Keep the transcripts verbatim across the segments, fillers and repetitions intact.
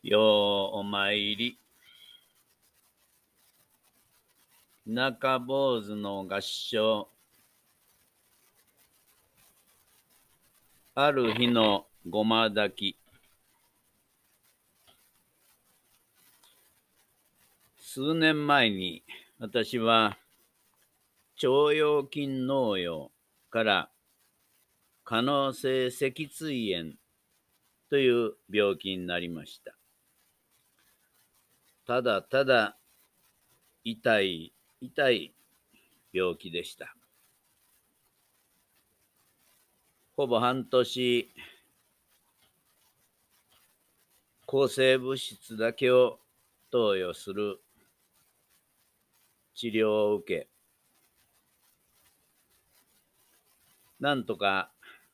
ようお参り。田舎坊主の合唱。ある日のごま炊き。数年前に私は腸腰筋農用から可能性脊椎炎という病気になりました。ただただ痛い痛い病気でした。ほぼ半年、抗生物質だけを投与する治療を受け、なんとか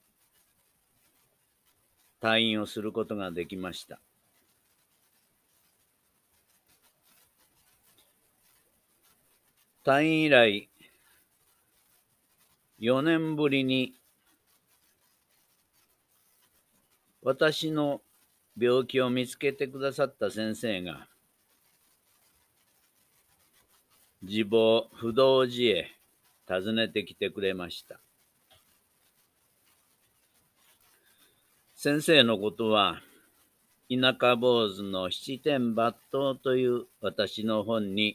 退院をすることができました。退院以来、よねんぶりに私の病気を見つけてくださった先生が、自母不動寺へ訪ねてきてくれました。先生のことは、田舎坊主の七天抜刀という私の本に、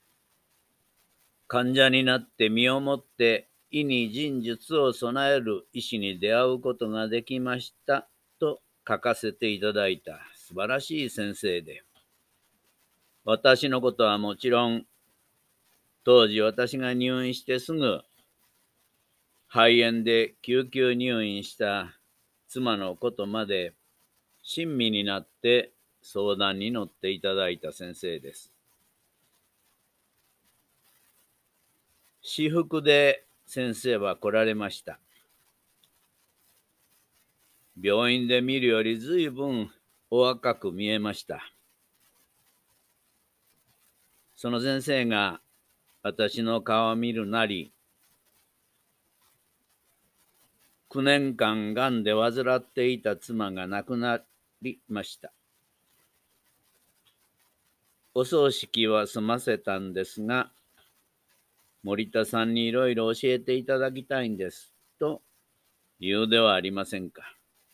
患者になって身をもって医に仁術を備える医師に出会うことができましたと書かせていただいた素晴らしい先生で、私のことはもちろん、当時私が入院してすぐ、肺炎で救急入院した妻のことまで親身になって相談に乗っていただいた先生です。私服で先生は来られました。病院で見るよりずいぶんお若く見えました。その先生が私の顔を見るなり、きゅうねんかんがんで患っていた妻が亡くなりました。お葬式は済ませたんですが、森田さんにいろいろ教えていただきたいんです、と言うではありませんか。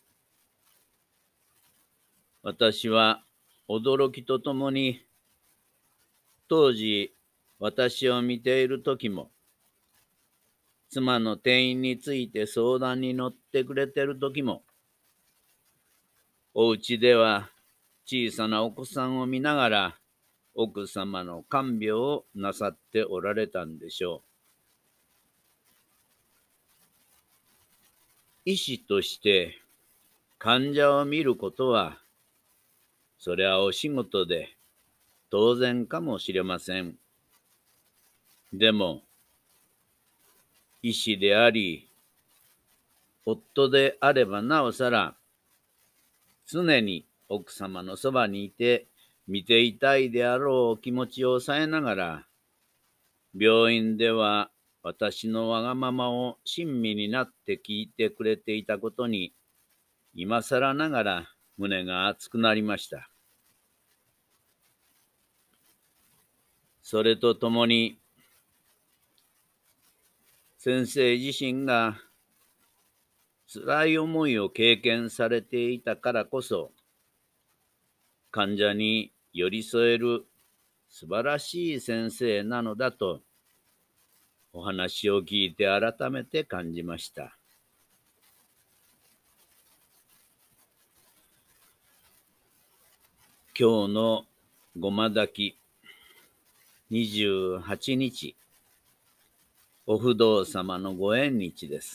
私は驚きとともに、当時私を見ている時も、妻の転院について相談に乗ってくれてる時も、お家では小さなお子さんを見ながら、奥様の看病をなさっておられたんでしょう。医師として患者を見ることは、それはお仕事で当然かもしれません。でも、医師であり、夫であればなおさら、常に奥様のそばにいて見ていたいであろう気持ちを抑えながら、病院では私のわがままを親身になって聞いてくれていたことに、今更ながら胸が熱くなりました。それとともに、先生自身が辛い思いを経験されていたからこそ、患者に寄り添える素晴らしい先生なのだと、お話を聞いて改めて感じました。今日のごま炊き、にじゅうはちにち、お不動様のご縁日です。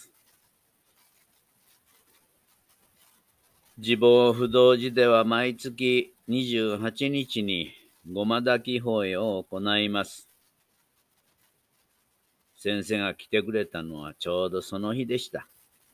自母不動寺では毎月にじゅうはちにちにごま炊き法会を行います。先生が来てくれたのはちょうどその日でした。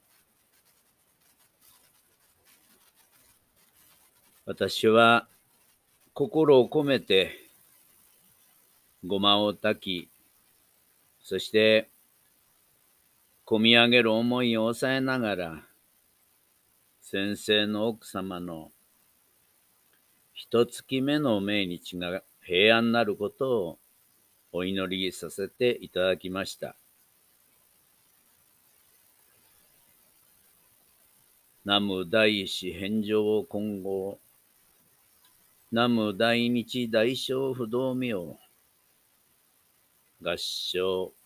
私は心を込めてごまを炊き、そしてこみ上げる思いを抑えながら、先生の奥様の一月目の命日が平安なることをお祈りさせていただきました。南無大師返上金剛、南無大日大正不動明、合掌。